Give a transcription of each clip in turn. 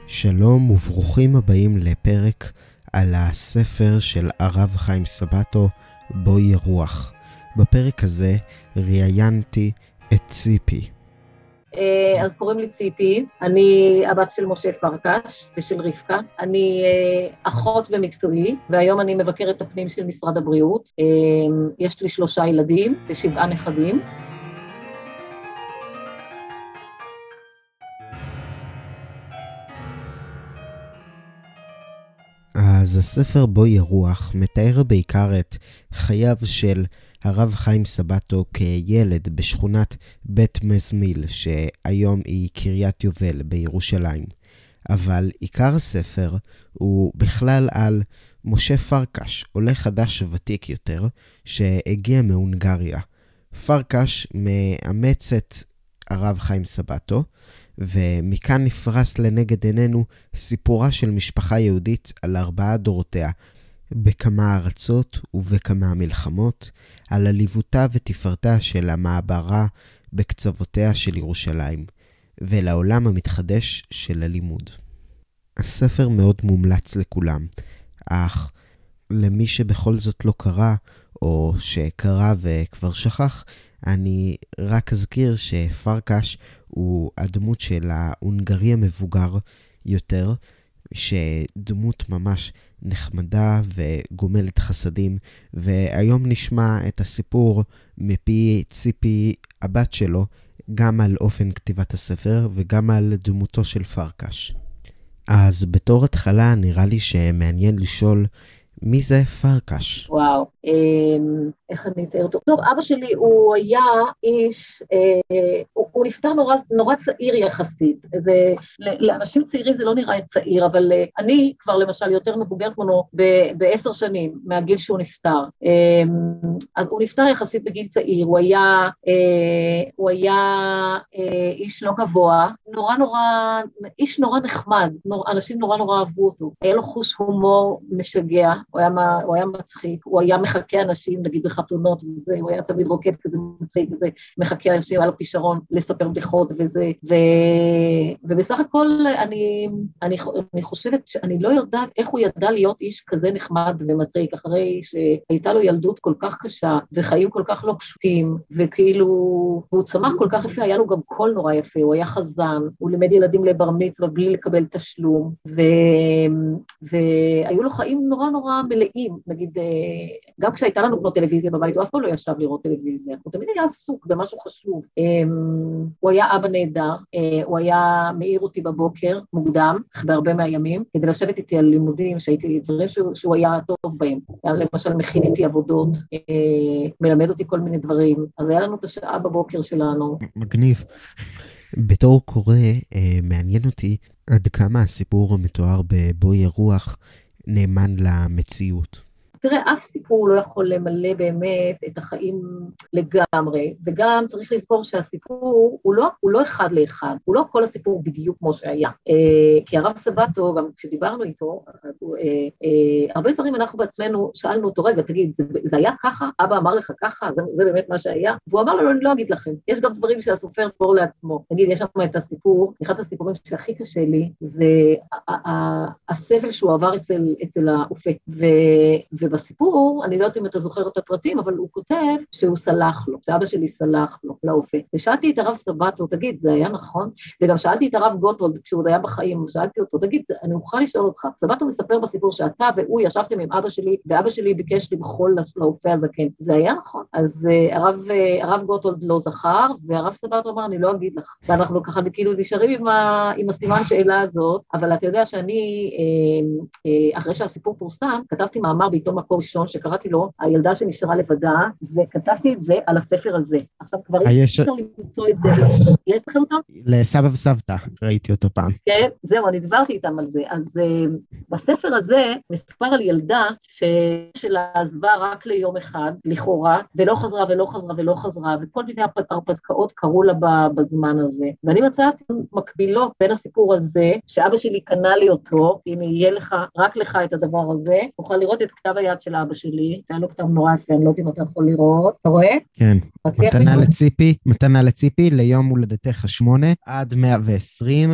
שלום וברוכים הבאים לפרק על הספר של הרב חיים סבתו, בואי רוח. בפרק הזה ראיינתי את ציפי. אז קוראים לי ציפי, אני הבת של משה פרקש ושל רבקה, אני אחות במקצועי, והיום אני מבקרת הפנים של משרד הבריאות, יש לי 3 ילדים ו7 נכדים. אז הספר בואי רוח מתאר בעיקר את חייו של הרב חיים סבתו כילד בשכונת בית מזמיל, שהיום היא קריית יובל בירושלים. אבל עיקר הספר הוא בכלל על משה פרקש, עולה חדש ותיק יותר, שהגיע מהונגריה. פרקש מאמץ את הרב חיים סבתו, ומכאן נפרס לנגד עינינו סיפורה של משפחה יהודית על 4 דורותיה, בכמה ארצות ובכמה מלחמות, על עליבותה ותפארתה של המעברה בקצוותיה של ירושלים, ולעולם המתחדש של הלימוד. הספר מאוד מומלץ לכולם, אך למי שבכל זאת לא קרא, או שקרא וכבר שכח, אני רק אזכיר שפרקש הוא הדמות של ההונגרי המבוגר יותר, שדמות ממש נחמדה וגומלת חסדים, והיום נשמע את הסיפור מפי ציפי הבת שלו, גם על אופן כתיבת הספר וגם על דמותו של פרקש. אז בתור התחלה נראה לי שמעניין לשאול, מי זה פרקש? וואו, איך אני אתאר אותו? טוב, אבא שלי הוא היה איש, הוא נפטר נורא צעיר יחסית. לאנשים צעירים זה לא נראה צעיר, אבל אני כבר למשל יותר מבוגרת ממנו ב10 שנים מהגיל שהוא נפטר. אז הוא נפטר יחסית בגיל צעיר, הוא היה איש לא גבוה, איש נורא נחמד, אנשים נורא אהבו אותו. היה לו חוש הומור משגע, הוא היה מצחיק, הוא היה מחכה אנשים, נגיד בחתונות וזה, הוא היה תמיד רוקד כזה מצחיק וזה, מחכה אנשים, היה לו כישרון לספר בדיחות וזה, ובסך הכל אני חושבת שאני לא יודעת איך הוא ידע להיות איש כזה נחמד ומצחיק, אחרי שהייתה לו ילדות כל כך קשה, וחיים כל כך לא פשוטים, וכאילו, והוא צמח כל כך יפה, היה לו גם קול נורא יפה, הוא היה חזן, הוא לימד ילדים לבר מצווה בלי לקבל תשלום, והיו לו חיים נורא מלאים, נגיד, גם כשהייתה לנו כמו טלוויזיה בבית, הוא אף פעם לא ישב לראות טלוויזיה, הוא תמיד היה עסוק במשהו חשוב. הוא היה אבא נהדר, הוא היה מעיר אותי בבוקר מוקדם, בהרבה מהימים, כדי לשבת איתי על לימודים, שהייתי דברים שהוא היה טוב בהם, למשל מכין איתי עבודות, מלמד אותי כל מיני דברים, אז היה לנו את השעה בבוקר שלנו. מגניב. בתור קורא, מעניין אותי עד כמה הסיפור המתואר בבואי רוח נאמן למציאות. תראה, אף סיפור לא יכול למלא באמת את החיים לגמרי, וגם צריך לזכור שהסיפור הוא לא אחד לאחד, הוא לא כל הסיפור בדיוק כמו שהיה. כי הרב סבתו, גם כשדיברנו איתו, אז הרבה דברים אנחנו בעצמנו שאלנו אותו, רגע, תגיד, זה היה ככה? אבא אמר לך ככה? זה באמת מה שהיה? והוא אמר לו, אני לא אגיד לכם. יש גם דברים שהסופר ספור לעצמו. נגיד, יש שם את הסיפור, אחד הסיפורים שהכי קשה לי, זה הסבל שהוא עבר אצל האופה. ובסיפור, אני לא יודעת אם אתה זוכר את הפרטים, אבל הוא כותב שהוא סלח לו, שאבא שלי סלח לו, לאופה. ושאלתי את הרב סבתו, תגיד, זה היה נכון? וגם שאלתי את הרב גוטולד, כשהוא עוד היה בחיים, שאלתי אותו, תגיד, אני מוכן לשאול אותך. סבתו מספר בסיפור שאתה והוא ישבתם עם אבא שלי, ואבא שלי ביקש למחול לאופה הזקן. זה היה נכון? אז הרב גוטולד לא זכר, והרב סבתו אמר, אני לא אגיד לך. ואנחנו ככה כאילו נשארים עם הסימן שאלה הזאת, אבל אתה יודע שאני, אחרי שהסיפור פורסם, כתבתי מאמר בעיתון מקור ראשון, שקראתי לו, הילדה שנשארה לבדה, וכתבתי את זה על הספר הזה. עכשיו כבר אפשר למצוא את זה. יש לכם אותו? לסבא וסבתא, ראיתי אותו פעם. כן, זהו, אני דברתי איתם על זה. אז בספר הזה מספר על ילדה שלה עזבה רק ליום אחד, לכאורה, ולא חזרה, וכל מיני הרפתקאות קראו לה בזמן הזה. ואני מצאתי מקבילות בין הסיפור הזה, שאבא שלי קנה לי אותו, אם יהיה לך, רק לך את הדבר הזה, תוכל לראות את כתב היד היד של אבא שלי, זה היה לו כתב נורא יפה, אני לא יודעת אם אתה יכול לראות, אתה רואה? כן, מתנה לציפי, ליום הולדתך 8 עד 120,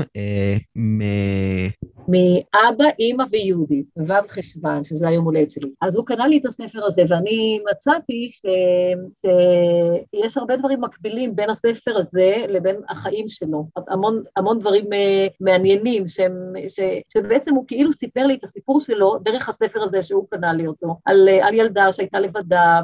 מאבא, אמא ויהודית, ו' חשוון, שזה היום הולדת שלי. אז הוא קנה לי את הספר הזה, ואני מצאתי שיש הרבה דברים מקבילים בין הספר הזה לבין החיים שלו. המון דברים מעניינים, שבעצם הוא כאילו סיפר לי את הסיפור שלו דרך הספר הזה שהוא קנה לי אותו, על ילדה שהייתה לבדה,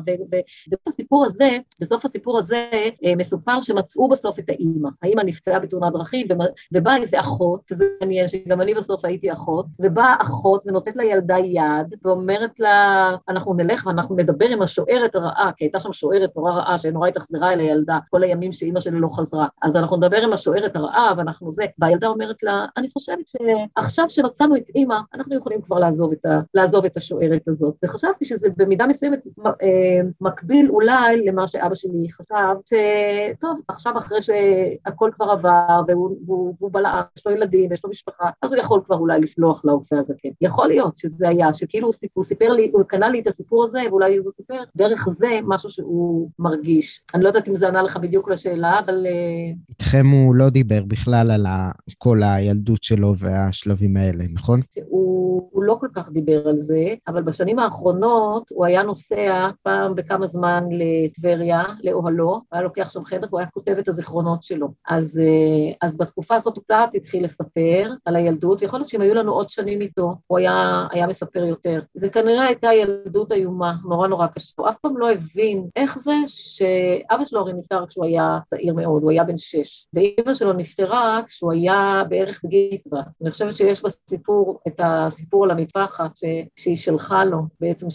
בסוף הסיפור הזה מסופר שמצאו בסוף את האמא. האמא נפצעה בתאונת דרכים, ובאה איזה אחות, זה מעניין שגם אני בסוף הייתי אחות, ובאה אחות ונותנת לילדה יד, ואומרת לה, אנחנו נלך ואנחנו נדבר עם השוערת הרעה, כי הייתה שם שוערת נורא רעה, שנורא התאכזרה אל הילדה, כל הימים שאמא שלי לא חזרה. אז אנחנו נדבר עם השוערת הרעה, ואנחנו זה, והילדה אומרת לה, אני חושבת שעכשיו שמצאנו את אמא, אנחנו יכולים כבר לעזוב את השוערת הזאת. וחשבתי שזה במידה מסוימת מקביל אולי למה שאבא שלי חשב, שטוב, עכשיו אחרי שהכל כבר עבר, והוא בלעה, יש לו ילדים, יש לו משפחה, אז הוא יכול כבר אולי לסלוח לאופה הזה, כן. יכול להיות שזה היה, שכאילו הוא סיפר לי, הוא קנה לי את הסיפור הזה, ואולי הוא סיפר דרך זה משהו שהוא מרגיש. אני לא יודעת אם זה ענה לך בדיוק לשאלה, אבל... איתכם הוא לא דיבר בכלל על כל הילדות שלו והשלבים האלה, נכון? הוא לא כל כך דיבר על זה, אבל בשנים האחרונות הוא היה נוסע פעם בכמה זמן לטבריה, לאוהלו, היה לוקח שם חדר, הוא היה כותב את הזיכרונות שלו. אז בתקופה הזאת הוא קצת התחיל לספר על הילדות, ויכול להיות שאם היו לנו עוד שנים איתו, הוא היה מספר יותר. זה כנראה הייתה ילדות איומה, נורא נורא קשה. הוא אף פעם לא הבין איך זה שאבא שלו הרי נפטר כשהוא היה צעיר מאוד, הוא היה בן 6, ואמא שלו נפטרה כשהוא היה בערך בגיל צבא. אני חושבת שיש בסיפור את הסיפור על המטפחת שהיא שלחה לו, בעצם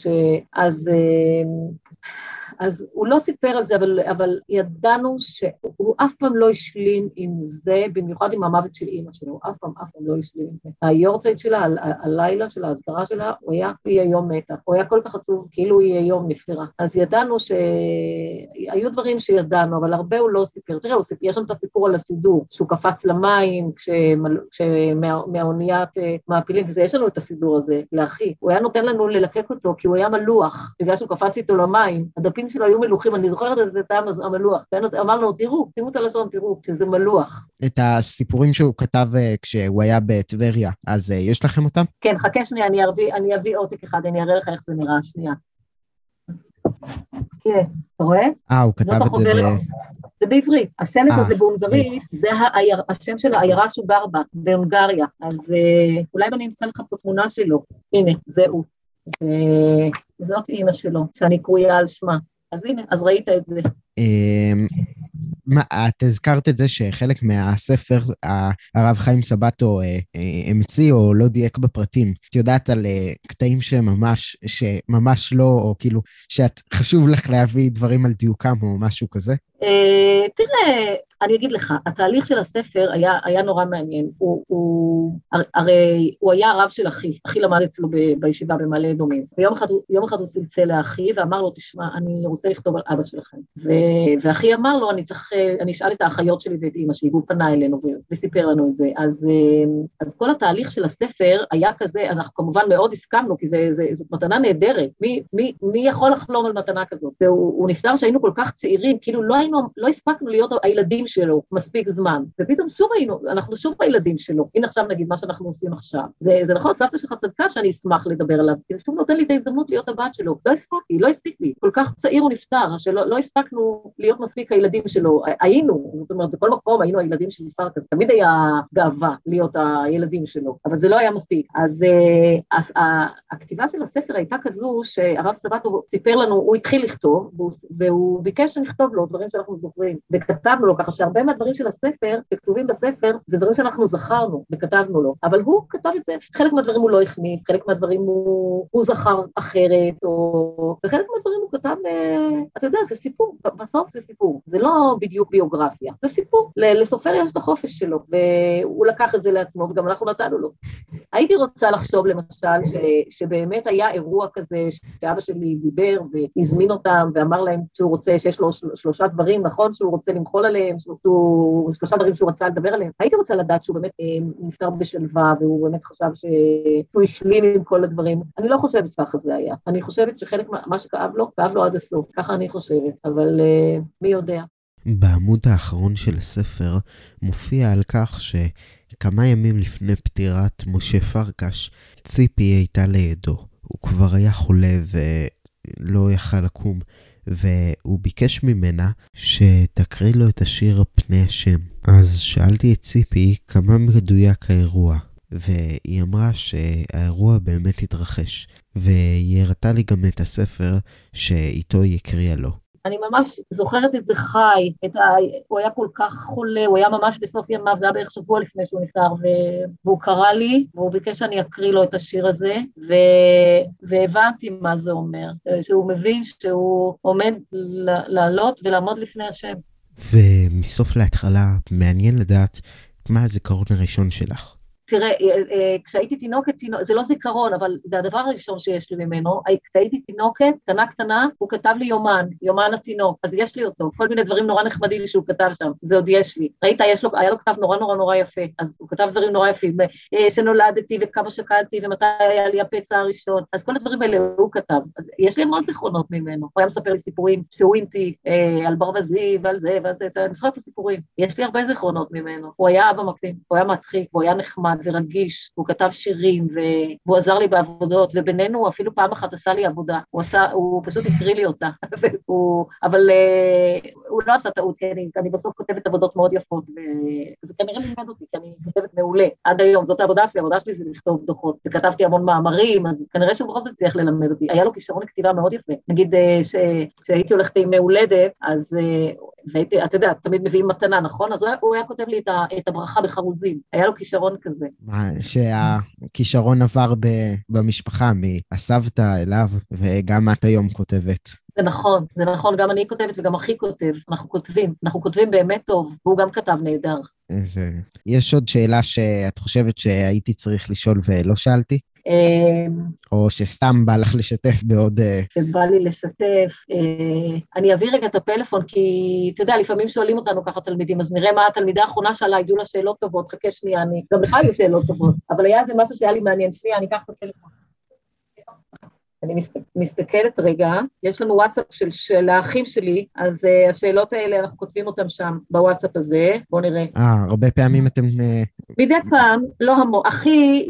אז הוא לא סיפר על זה, אבל ידענו שהוא אף פעם לא השלים עם זה, במיוחד עם המוות של אמא שלו, הוא אף פעם לא השלים עם זה. היורצייט שלה, הלילה של ההזכרה שלה, היא היום מתה, הוא היה כל כך עצוב, כאילו היא היום נפטרה. אז ידענו שהיו דברים שידענו, אבל הרבה הוא לא סיפר. תראה, יש שם את הסיפור על הסידור, שהוא קפץ למים, מהאוניית מעפילים, וזה, יש לנו את הסידור הזה, לאחי. הוא היה נותן לנו ללקק אותו, כי הוא היה מלוח, בגלל שהוא קפץ איתו למים, הדפים שלו היו מלוכים, אני זוכרת את זה טעם המלוח, אמר לו, תראו, שימו את הלשון, תראו, שזה מלוח. את הסיפורים שהוא כתב כשהוא היה בטבריה, אז יש לכם אותם? כן, חכה שנייה, אני אביא עותק אחד, אני אראה לך איך זה נראה, שנייה. כן, אתה רואה? הוא כתב את זה זה בעברית, השלט הזה בהונגרית, זה השם של העיירה שהוא גר בה, בהונגריה, אז אולי אני אמצא לך פה תמונה שלו, הנה, זהו, וזאת אימא שלו, שאני קרויה על שמה, אז הנה, אז ראית את זה. את הזכרת את זה שחלק מהספר, הרב חיים סבתו המציא או לא דייק בפרטים. את יודעת על קטעים שממש לא, או כאילו, שאת חשוב לך להביא דברים על דיוקם או משהו כזה? תראה, אני אגיד לך, התהליך של הספר היה נורא מעניין, הרי הוא היה הרב של אחי למד אצלו בישיבה במעלה אדומים, ויום אחד הוא צלצל לאחי ואמר לו, תשמע, אני רוצה לכתוב על אבא שלכם, ואחי אמר לו, אני אשאל את האחיות שלי ואת אמא שלי, והוא פנה אלינו וסיפר לנו את זה, אז כל התהליך של הספר היה כזה, אנחנו כמובן מאוד הסכמנו, כי זאת מתנה נהדרת, מי יכול לחלום על מתנה כזאת? הוא נפטר שהיינו כל כך צעירים, כאילו לא הספקנו להיות הילדים שלו מספיק זמן, ופתאום אנחנו שוב הילדים שלו, הנה עכשיו נגיד מה שאנחנו עושים עכשיו, זה נכון, סבתא שלך צדקה שאני אשמח לדבר עליו, כי זה שוב נותן לי את ההזדמנות להיות הבת שלו, לא הספיק לי, כל כך צעיר הוא נפטר, שלא הספקנו להיות מספיק הילדים שלו, היינו, זאת אומרת, בכל מקום היינו הילדים של נפטר כזה, תמיד היה גאווה להיות הילדים שלו, אבל זה לא היה מספיק, אז הכתיבה של הספר הייתה כזו, שהרב סבתו סיפר לנו, הוא התחיל לכתוב, והוא ביקש שנכתוב לו דברים שאנחנו זוכרים, וכתבנו לו, ככה שהרבה מהדברים של הספר, שכתובים בספר, זה דברים שאנחנו זכרנו, וכתבנו לו, אבל הוא כתב את זה, חלק מהדברים הוא לא הכניס, חלק מהדברים הוא זכר אחרת, וחלק מהדברים הוא כתב, אתה יודע, זה סיפור, בסוף זה סיפור, זה לא בדיוק ביוגרפיה, זה סיפור, לסופר יש את החופש שלו, והוא לקח את זה לעצמו, וגם אנחנו נתנו לו. הייתי רוצה לחשוב למשל, שבאמת היה אירוע כזה, שאבא שלי דיבר, והזמין אותם, ואמר להם שהוא רוצה, שיש לו 3 דברים, נכון, שהוא רוצה למחול עליהם, 3 דברים שהוא רצה לדבר עליהם. הייתי רוצה לדעת שהוא באמת נפטר בשלווה, והוא באמת חשב שהוא השלים עם כל הדברים. אני לא חושבת שככה זה היה. אני חושבת שחלק מה שכאב לו עד הסוף. ככה אני חושבת, אבל מי יודע. בעמוד האחרון של הספר מופיע על כך שכמה ימים לפני פטירת משה פרקש, ציפי הייתה לידו. הוא כבר היה חולה ולא יכל לקום, והוא ביקש ממנה שתקריא לו את השיר פני השם. אז שאלתי את ציפי כמה מדויק האירוע, והיא אמרה שהאירוע באמת התרחש, והיא הראתה לי גם את הספר שאיתו היא הקריאה לו. אני ממש זוכרת את זה חי, הוא היה כל כך חולה, הוא היה ממש בסוף ימיו, זה היה בערך שבוע לפני שהוא נפטר, והוא קרא לי, והוא ביקש שאני אקריא לו את השיר הזה, והבנתי מה זה אומר, שהוא מבין שהוא עומד לעלות ולעמוד לפני השם. ומסוף להתחלה, מעניין לדעת מה הזיכרון הראשון שלך. תראה, כשהייתי תינוקת, זה לא זיכרון, אבל זה הדבר הראשון שיש לי ממנו, כשהייתי תינוקת, קטנה, הוא כתב לי יומן התינוק, אז יש לי אותו, כל מיני דברים נורא נחמדים שהוא כתב שם, זה עוד יש לי. ראית, היה לו כתב נורא יפה, אז הוא כתב דברים נורא יפים, שנולדתי וכמה שקלתי ומתי היה לי הפצע הראשון, אז כל הדברים האלה הוא כתב, אז יש לי המון זיכרונות ממנו, הוא היה מספר לי סיפורים שהוא אימתי על ברווזי ועל זה, אני זוכרת את הסיפורים, יש לי הרבה זיכרונות ממנו, הוא היה אבא מקסים, הוא היה מצחיק, הוא היה נחמד ורגיש, הוא כתב שירים, והוא עזר לי בעבודות, ובינינו אפילו פעם אחת עשה לי עבודה, הוא פשוט הקריא לי אותה, אבל הוא לא עשה טעות, כי אני בסוף כותבת עבודות מאוד יפות, וזה כנראה לימד אותי, כי אני כותבת מעולה, עד היום, זאת העבודה שלי זה לכתוב דוחות, וכתבתי המון מאמרים, אז כנראה שהוא בכל זאת צריך ללמד אותי, היה לו כישרון לכתיבה מאוד יפה, נגיד שהייתי הולכת עם הולדת, אז והייתי, אתה יודע, תמיד מביאים מתנה, נכון? אז הוא היה כותב לי את הברכה בחרוזים, היה לו כישרון כזה. שהכישרון עבר במשפחה, מהסבתא אליו, וגם את היום כותבת. זה נכון, גם אני כותבת וגם אחי כותב, אנחנו כותבים באמת טוב, והוא גם כתב נהדר. יש עוד שאלה שאת חושבת שהייתי צריך לשאול ולא שאלתי? או שסתם בא לך לשתף בעוד... בא לי לשתף. אני אעביר רגע את הפלאפון, כי אתה יודע, לפעמים שואלים אותנו ככה תלמידים, אז נראה מה התלמידה האחרונה שאלה, ידעו לה שאלות טובות, חכה שנייה, גם לך היו שאלות טובות, אבל היה זה משהו שהיה לי מעניין, שנייה, אני אקח את הפלאפון. אני מסתכלת רגע, יש לנו וואטסאפ של האחים שלי, אז השאלות האלה אנחנו כותבים אותם שם בוואטסאפ הזה, בואו נראה. הרבה פעמים אתם... מדי פעם, לא המון, אחי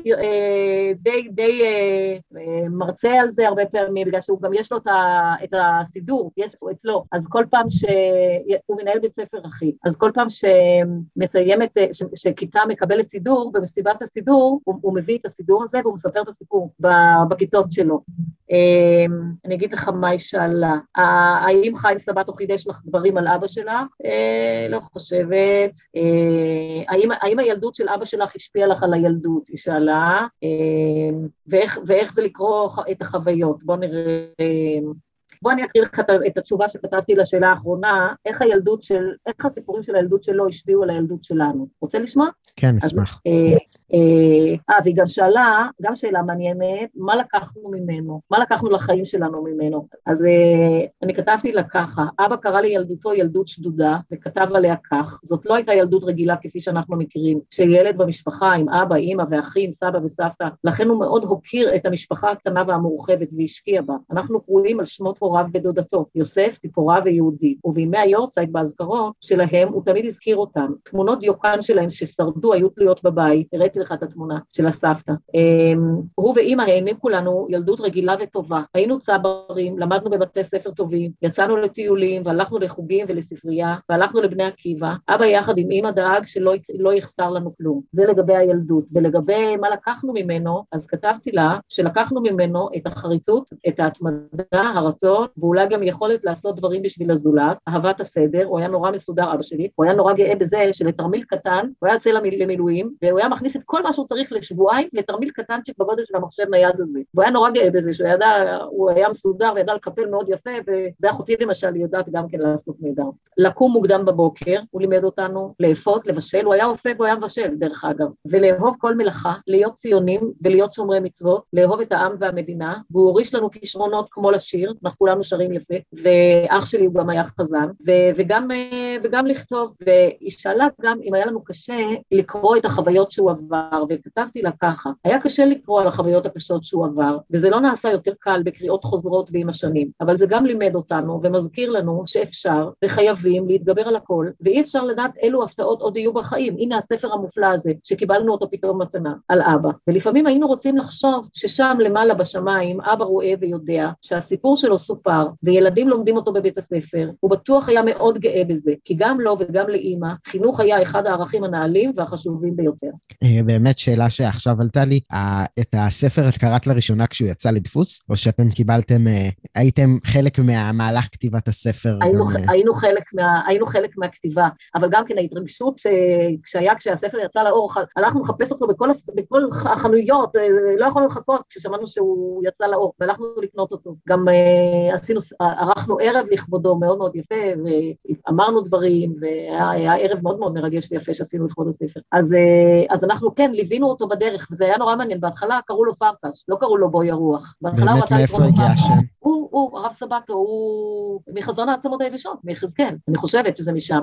די מרצה על זה הרבה פעמים, בגלל שהוא גם יש לו את הסידור, יש אצלו, אז כל פעם שהוא מנהל בית ספר אחי, אז כל פעם שמסיימת, שכיתה מקבלת סידור, במסיבת הסידור, הוא מביא את הסידור הזה, והוא מספר את הסיפור בכיתות שלו. אני אגיד לך מה היא שאלה, האם חיים סבתו חידש לך דברים על אבא שלך? לא חושבת. האם הילדות של אבא שלך השפיעה לך על הילדות? היא שאלה. ואיך זה לקרוא את החוויות? בוא אני אקריא לך את התשובה שכתבתי לשאלה האחרונה, איך הסיפורים של הילדות שלו השפיעו על הילדות שלנו. רוצה לשמוע? כן, אשמח. והיא גם שאלה, גם שאלה מעניינת, מה לקחנו ממנו? מה לקחנו לחיים שלנו ממנו? אז אני כתבתי לה ככה, אבא קרא לילדותו ילדות שדודה, וכתב עליה כך, זאת לא הייתה ילדות רגילה כפי שאנחנו מכירים, שילד במשפחה עם אבא, אמא ואחים, סבא וסבתא, לכן הוא מאוד הוקיר את המשפחה הקטנה והמורחבת והשקיע בה. אנחנו קרואים על שמות הוריו ודודתו, יוסף, ציפורה ויהודית, ובימי היורצייט באזכרות שלהם הוא תמיד הזכיר אותם. תמונות דיוקן שלהם ששרדו היו תלויות בבית, הראיתי לך את התמונה של הסבתא. הוא ואמא העניקו לנו ילדות רגילה וטובה, היינו צברים, למדנו בבתי ספר טובים, יצאנו לטיולים והלכנו לחוגים ולספרייה, והלכנו לבני עקיבא, אבא יחד עם אמא דאג שלא יחסר לנו כלום. זה לגבי הילדות, ולגבי מה לקחנו ממנו, אז כתבתי לה שלקחנו ממנו את החריצות, את ההתמדה, הרצון, ואולי גם יכולת לעשות דברים בשביל הזולת, אהבת הסדר, הוא היה נורא מסודר אבא שלי, הוא היה נורא גאה בזה שלתרמיל קטן, הוא היה יוצא למילואים, והוא היה מכניס את כל מה שהוא צריך לשבועיים, לתרמיל קטנצ'יק בגודל של המחשב נייד הזה. והוא היה נורא גאה בזה, הוא היה מסודר וידע לקפל מאוד יפה, וזה אחותי למשל, היא יודעת גם כן לעשות נהדר. לקום מוקדם בבוקר, הוא לימד אותנו לאפות, לבשל, הוא היה אופה והוא היה מבשל, דרך אגב, ולאהוב כל מלאכה, להיות ציונים ולהיות שומרי מצוות, לאהוב את העם והמדינה, והוא הוריש לנו כישרונות כמו לשיר, אנחנו וכולנו שרים יפה, ואח שלי הוא גם היה חזן, וגם לכתוב, והיא שאלה גם אם היה לנו קשה לקרוא את החוויות שהוא עבר, וכתבתי לה ככה, היה קשה לקרוא על החוויות הקשות שהוא עבר, וזה לא נעשה יותר קל בקריאות חוזרות ועם השנים, אבל זה גם לימד אותנו ומזכיר לנו שאפשר וחייבים להתגבר על הכל, ואי אפשר לדעת אילו הפתעות עוד יהיו בחיים. הנה הספר המופלא הזה שקיבלנו אותו פתאום מתנה על אבא, ולפעמים היינו רוצים לחשוב ששם למעלה בשמיים אבא רואה ויודע שהסיפור שלו סופר וילדים לומדים אותו בבית הספר, הוא בטוח היה מאוד גאה בזה, כי גם לו וגם לאמא חינוך היה אחד הערכים הנעלים והחשובים ביותר. באמת שאלה שעכשיו עלתה לי, את הספר את קראת לראשונה כשהוא יצא לדפוס, או שאתם קיבלתם, הייתם חלק מהמהלך כתיבת הספר? היינו חלק מהכתיבה, אבל גם כן ההתרגשות כשהספר יצא לאור, הלכנו לחפש אותו בכל החנויות, לא יכולנו לחכות כששמענו שהוא יצא לאור, והלכנו לקנות אותו. גם ערכנו ערב לכבודו מאוד מאוד יפה, ואמרנו דברים, והיה ערב מאוד מאוד מרגש ויפה שעשינו לכבוד הספר. אז אנחנו כן, ליווינו אותו בדרך, וזה היה נורא מעניין. בהתחלה קראו לו פרקש, לא קראו לו בוי הרוח. באמת מאיפה הגיע השם? הוא, הרב סבתו, הוא מחזון העצמות היבשות, מחזקאל, אני חושבת שזה משם.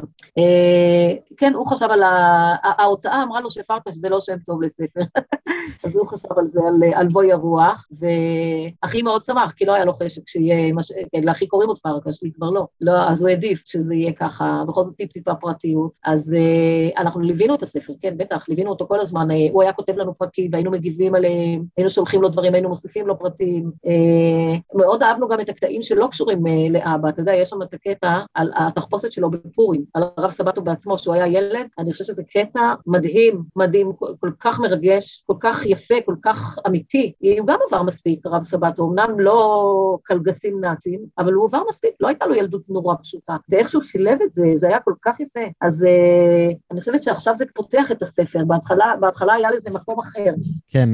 כן, הוא חשב על ההוצאה, אמרה לו שפרקש זה לא שם טוב לספר, אז הוא חשב על זה, על בוי הרוח, ואחי מאוד שמח, כי לא היה לו חשק שיהיה, לאחי קוראים עוד פרקש, לי כבר לא, אז הוא העדיף שזה יהיה ככה, בכל זאת טיפה פרטיות, אז אנחנו ליווינו את הספר, כן, בטח, ליווינו אותו כל הזמן, הוא היה כותב לנו פרקים, והיינו מגיבים עליהם, היינו שולחים לו דברים, היינו מוסיפים לו פרטים, מאוד אהבנו גם את הקטעים שלא קשורים לאבא, אתה יודע, יש שם את הקטע על התחפושת שלו בפורים, על הרב סבתו בעצמו, שהוא היה ילד, אני חושבת שזה קטע מדהים, מדהים, כל כך מרגש, כל כך יפה, כל כך אמיתי, הוא גם עבר מספיק, הרב סבתו, אמנם לא קלגסים נאצים, אבל הוא עבר מספיק, לא הייתה לו ילדות נורא פשוטה, ואיכשהו שילב את זה, זה היה כל כך יפה, אז אני חושבת שעכשיו זה פותח את הספר, בהתחלה היה לזה מקום אחר. כן,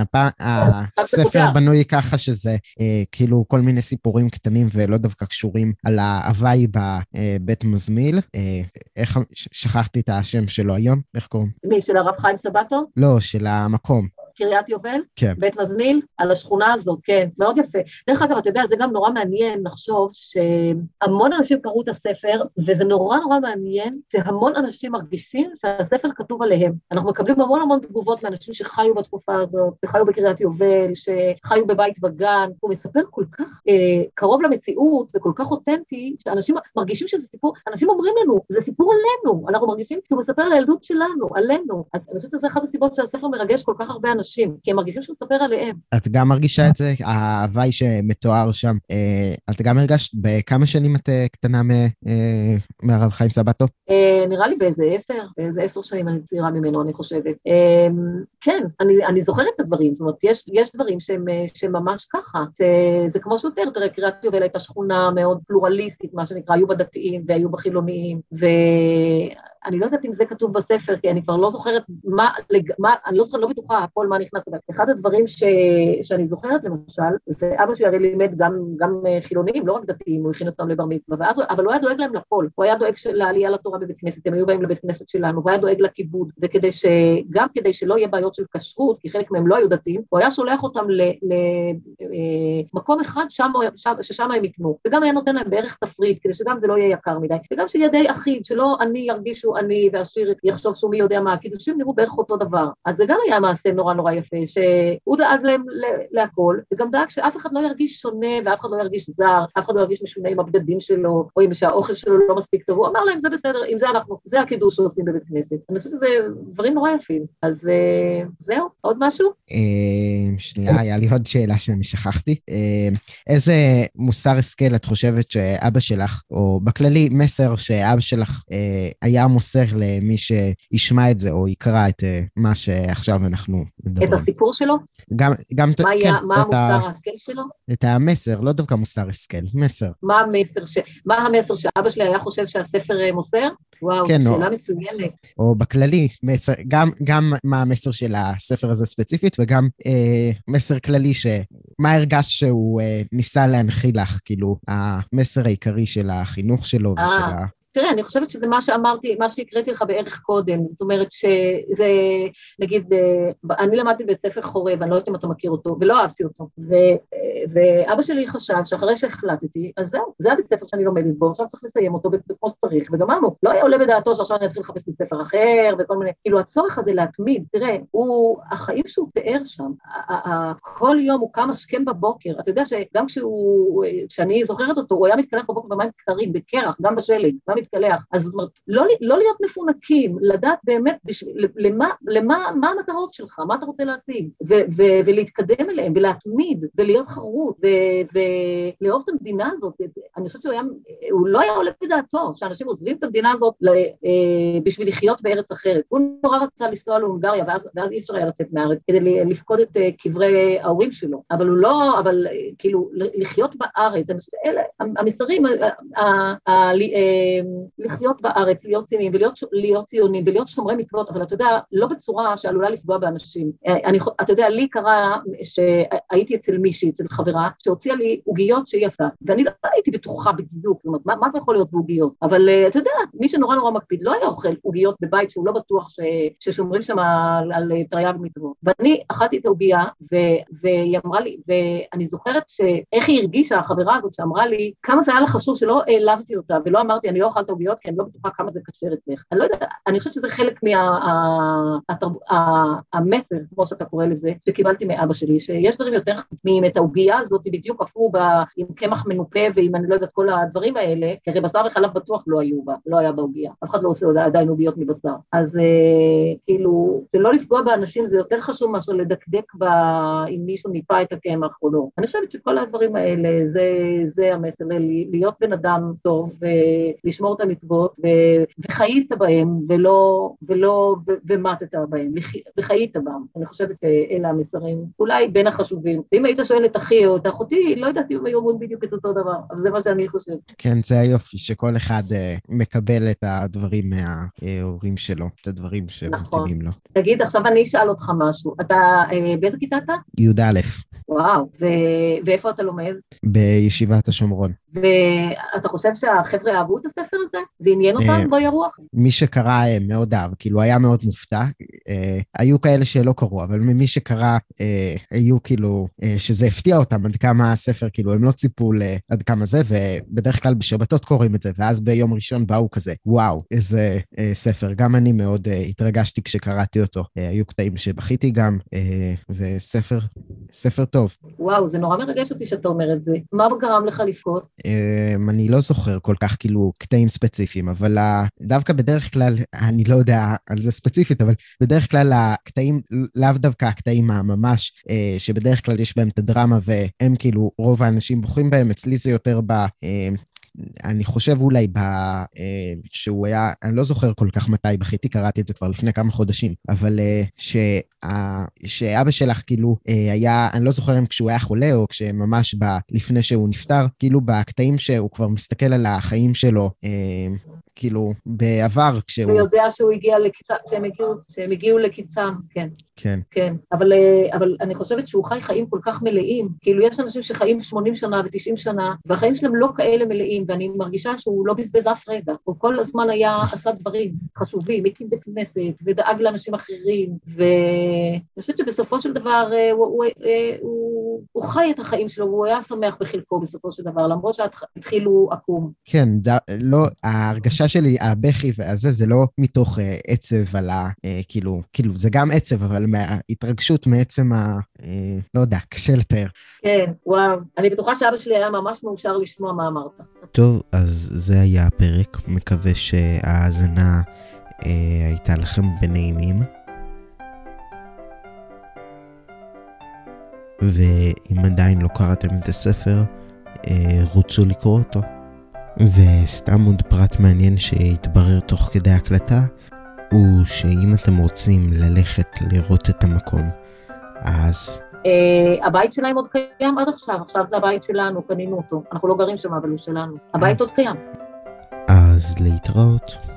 הספר בנוי ככה שזה כאילו כל מיני סיפורים קטנים ולא דווקא קשורים על ההוואי בבית מזמיל. איך שכחתי את השם שלו היום? איך קוראים? מי, של הרב חיים סבתו? לא, של המקום. קריית יובל? כן. בית מזמיל? על השכונה הזאת, כן, מאוד יפה. דרך אגב, אתה יודע, זה גם נורא מעניין לחשוב שהמון אנשים קראו את הספר, וזה נורא נורא מעניין, שהמון אנשים מרגישים שהספר כתוב עליהם. אנחנו מקבלים המון תגובות מאנשים שחיו בתקופה הזאת, שחיו בקריית יובל, שחיו בבית וגן, הוא מספר כל כך קרוב למציאות, וכל כך אותנטי, שאנשים מרגישים שזה סיפור, אנשים אומרים לנו, זה סיפור עלינו, אנחנו מרגישים שהוא מספר על הילדות שלנו, עלינו. אז אני חושבת שזה אחת הסיבות שהספר מרגש כל כך הרבה אנשים, כי הם מרגישים שהוא מספר עליהם. את גם מרגישה את זה, ההוואי שמתואר שם, את גם הרגשת בכמה שנים את קטנה מהרב חיים סבתו? נראה לי באיזה 10 שנים אני צעירה ממנו, אני חושבת. כן, אני זוכרת את הדברים, זאת אומרת, יש דברים שהם ממש ככה, זה כמו שיותר, תראה, קריית יובל הייתה שכונה מאוד פלורליסטית, מה שנקרא, היו בדתיים והיו בחילוניים, אני לא יודעת אם זה כתוב בספר, כי אני כבר לא זוכרת אני לא בטוחה הכל מה נכנס, אבל אחד הדברים שאני זוכרת למשל, זה אבא שלי הרי לימד גם חילוניים, לא רק דתיים, הוא הכין אותם לבר מצווה, אבל הוא היה דואג להם לכל, הוא היה דואג לעלייה לתורה בבית כנסת, הם היו באים לבית כנסת שלנו, הוא היה דואג לכיבוד, גם כדי שלא יהיה בעיות של כשרות, כי חלק מהם לא היו דתיים, הוא היה שולח אותם למקום אחד ששם הם יקנו, וגם היה נותן להם בערך תפריט, כדי שגם זה לא יהיה יקר מדי, וגם שיהיה די אחיד, שלא אני ירגישו אני והשיר יחשוב שהוא מי יודע מה, הקידושים נראו בערך אותו דבר. אז זה גם היה מעשה נורא נורא יפה, שהוא דאג להם להכל, וגם דאג שאף אחד לא ירגיש שונה, ואף אחד לא ירגיש זר, אף אחד לא ירגיש משונה עם הבגדים שלו, או אם שהאוכל שלו לא מספיק טוב, הוא אמר להם, זה בסדר, אם זה הקידוש שעושים בבית כנסת. אני חושבת שזה דברים נורא יפים. אז זהו, עוד משהו? שנייה, היה לי עוד שאלה שאני שכחתי. איזה מוסר השכל את חושבת שאבא שלך, או בכללי מסר שאבא שלך היה מוסר למי שישמע את זה, או יקרא את מה שעכשיו אנחנו מדברים? את הסיפור שלו? מה המוסר ההשכל שלו? את המסר, לא דווקא מוסר השכל, מסר. מה המסר שאבא שלי היה חושב שהספר מוסר? וואו, כן, שאלה מצוינת. או בכללי, גם מה המסר של הספר הזה ספציפית, וגם מסר כללי מה הרגש שהוא ניסה להנחיל לך, כאילו, המסר העיקרי של החינוך שלו ושל תראה, אני חושבת שזה מה שאמרתי, מה שהקראתי לך בערך קודם, זאת אומרת שזה, נגיד, אני למדתי בבית ספר חורב, אני לא יודעת אם אתה מכיר אותו, ולא אהבתי אותו, ואבא שלי חשב שאחרי שהחלטתי, אז זהו, זה הבית ספר שאני לומדת בו, עכשיו צריך לסיים אותו כמו שצריך, וגמרנו, לא היה עולה בדעתו שעכשיו אני אתחיל לחפש בית ספר אחר, וכל מיני, כאילו הצורך הזה להתמיד, תראה, החיים שהוא תיאר שם, כל יום הוא קם השכם בבוקר, אתה יודע שגם כשאני זוכרת אותו, הוא היה מתקלח בבוקר במים קרים, בקרח, גם בשלג, גם מתקלח, אז זאת אומרת, לא להיות מפונקים, לדעת באמת למה המטרות שלך, מה אתה רוצה להשיג, ולהתקדם אליהם, ולהתמיד, ולהיות חרוט, ולאהוב את המדינה הזאת. אני חושבת שהוא לא היה עולה בדעתו, שאנשים עוזבים את המדינה הזאת בשביל לחיות בארץ אחרת. הוא נורא רצה לנסוע להונגריה, ואז אי אפשר היה לצאת מהארץ, כדי לפקוד את קברי ההורים שלו. אבל הוא לא, אבל כאילו, לחיות בארץ, אלה המסרים, לחיות בארץ, להיות ציונים, ולהיות ציונים, ולהיות שומרי מצוות, אבל אתה יודע, לא בצורה שעלולה לפגוע באנשים. אתה יודע, לי קרה שהייתי אצל מישהי, אצל חברה, שהוציאה לי עוגיות שהיא יפה, ואני לא הייתי בטוחה בדיוק, זאת אומרת, מה יכול להיות בעוגיות? אבל אתה יודע, מי שנורא נורא מקפיד, לא היה אוכל עוגיות בבית שהוא לא בטוח ששומרים שם על תרי"ג מצוות. ואני אכלתי את העוגייה, והיא אמרה לי, ואני זוכרת שאיך היא הרגישה, החברה הזאת שאמרה לי, כמה זה היה לה חשוב שלא העלבתי אותה, ולא אמרתי, אני לא אכלת עוגיות, כי אני לא בטוחה כמה זה קשר אצלך. אני לא יודעת, אני חושבת שזה חלק מהמסר, כמו שאתה קורא לזה, שקיבלתי מאבא שלי, שיש דברים יותר חכמים, את העוגייה הזאת בדיוק אפרו עם קמח מנופה, ועם אני לא יודעת כל הדברים האלה, כי הרי בשר וחלב בטוח לא היה בעוגייה, אף אחד לא עושה עדיין עוגיות מבשר. אז כאילו, שלא לפגוע באנשים זה יותר חשוב מאשר לדקדק אם מישהו ניפה את הקמח או לא. אני חושבת שכל הדברים האלה, זה המסר, להיות בן אדם טוב, ולשמור את המצוות, וחיית בהם, ומתת בהם, וחיית בהם. אני חושבת שאלה המסרים, אולי בין החשובים. ואם היית שואל את אחי או את אחותי, לא יודעת אם היו אומרים בדיוק את אותו דבר, אבל זה מה שאני חושבת. כן, זה היופי, שכל אחד מקבל את הדברים מההורים שלו, את הדברים שמתאימים לו. תגיד, עכשיו אני אשאל אותך משהו. אתה, באיזה כיתה אתה? י"א. וואו, ואיפה אתה לומד? בישיבת השומרון. ואתה חושב שהחבר'ה אהבו את הספר הזה? זה עניין אותם בואי הרוח? מי שקרא מאוד אהב, כאילו היה מאוד מופתע. היו כאלה שלא קראו, אבל ממי שקרא, היו כאילו, שזה הפתיע אותם עד כמה הספר, כאילו הם לא ציפו עד כמה זה, ובדרך כלל בשבתות קוראים את זה, ואז ביום ראשון באו כזה, וואו, איזה ספר. גם אני מאוד התרגשתי כשקראתי אותו. היו קטעים שבכיתי גם, וספר טוב. וואו, זה נורא מרגש אותי שאתה אומר את זה. מה גרם לך לבכות? אני לא זוכר כל כך כאילו קטעים ספציפיים, אבל דווקא בדרך כלל, אני לא יודע על זה ספציפית, אבל בדרך כלל הקטעים, לאו דווקא הקטעים ממש, שבדרך כלל יש בהם את הדרמה, והם כאילו רוב האנשים בוחרים בהם, אצלי זה יותר אני חושב אולי שהוא היה, אני לא זוכר כל כך מתי בכיתי, קראתי את זה כבר לפני כמה חודשים, אבל שאבא שלך כאילו היה, אני לא זוכר אם כשהוא היה חולה, או כשממש לפני שהוא נפטר, כאילו בקטעים שהוא כבר מסתכל על החיים שלו, כאילו בעבר כשהוא... הוא יודע שהוא הגיע לקיצם, שהם הגיעו לקיצם, כן. כן. כן, אבל אני חושבת שהוא חי חיים כל כך מלאים, כאילו יש אנשים שחיים 80 שנה ו90 שנה, והחיים שלהם לא כאלה מלאים, ואני מרגישה שהוא לא בזבז אף רגע, הוא כל הזמן עשה דברים חשובים, הקים בית כנסת, ודאג לאנשים אחרים, ואני חושבת שבסופו של דבר הוא חי את החיים שלו, והוא היה שמח בחלקו בסופו של דבר, למרות שהתחילו עקום. כן, לא, ההרגשה שלי, הבכי והזה, זה לא מתוך עצב על כאילו, זה גם עצב, אבל מההתרגשות מעצם לא יודע, קשה לתאר. כן, וואו. אני בטוחה שאבא שלי היה ממש מאושר לשמוע מה אמרת. טוב, אז זה היה הפרק. מקווה שההאזנה הייתה לכם בנעימים. ואם עדיין לא קראתם את הספר, רוצו לקרוא אותו. וסתם עוד פרט מעניין שהתברר תוך כדי הקלטה, הוא שאם אתם רוצים ללכת לראות את המקום, אז... הבית שלהם עוד קיים עד עכשיו זה הבית שלנו, קנינו אותו. אנחנו לא גרים שם, אבל הוא שלנו. הבית עוד קיים. אז להתראות.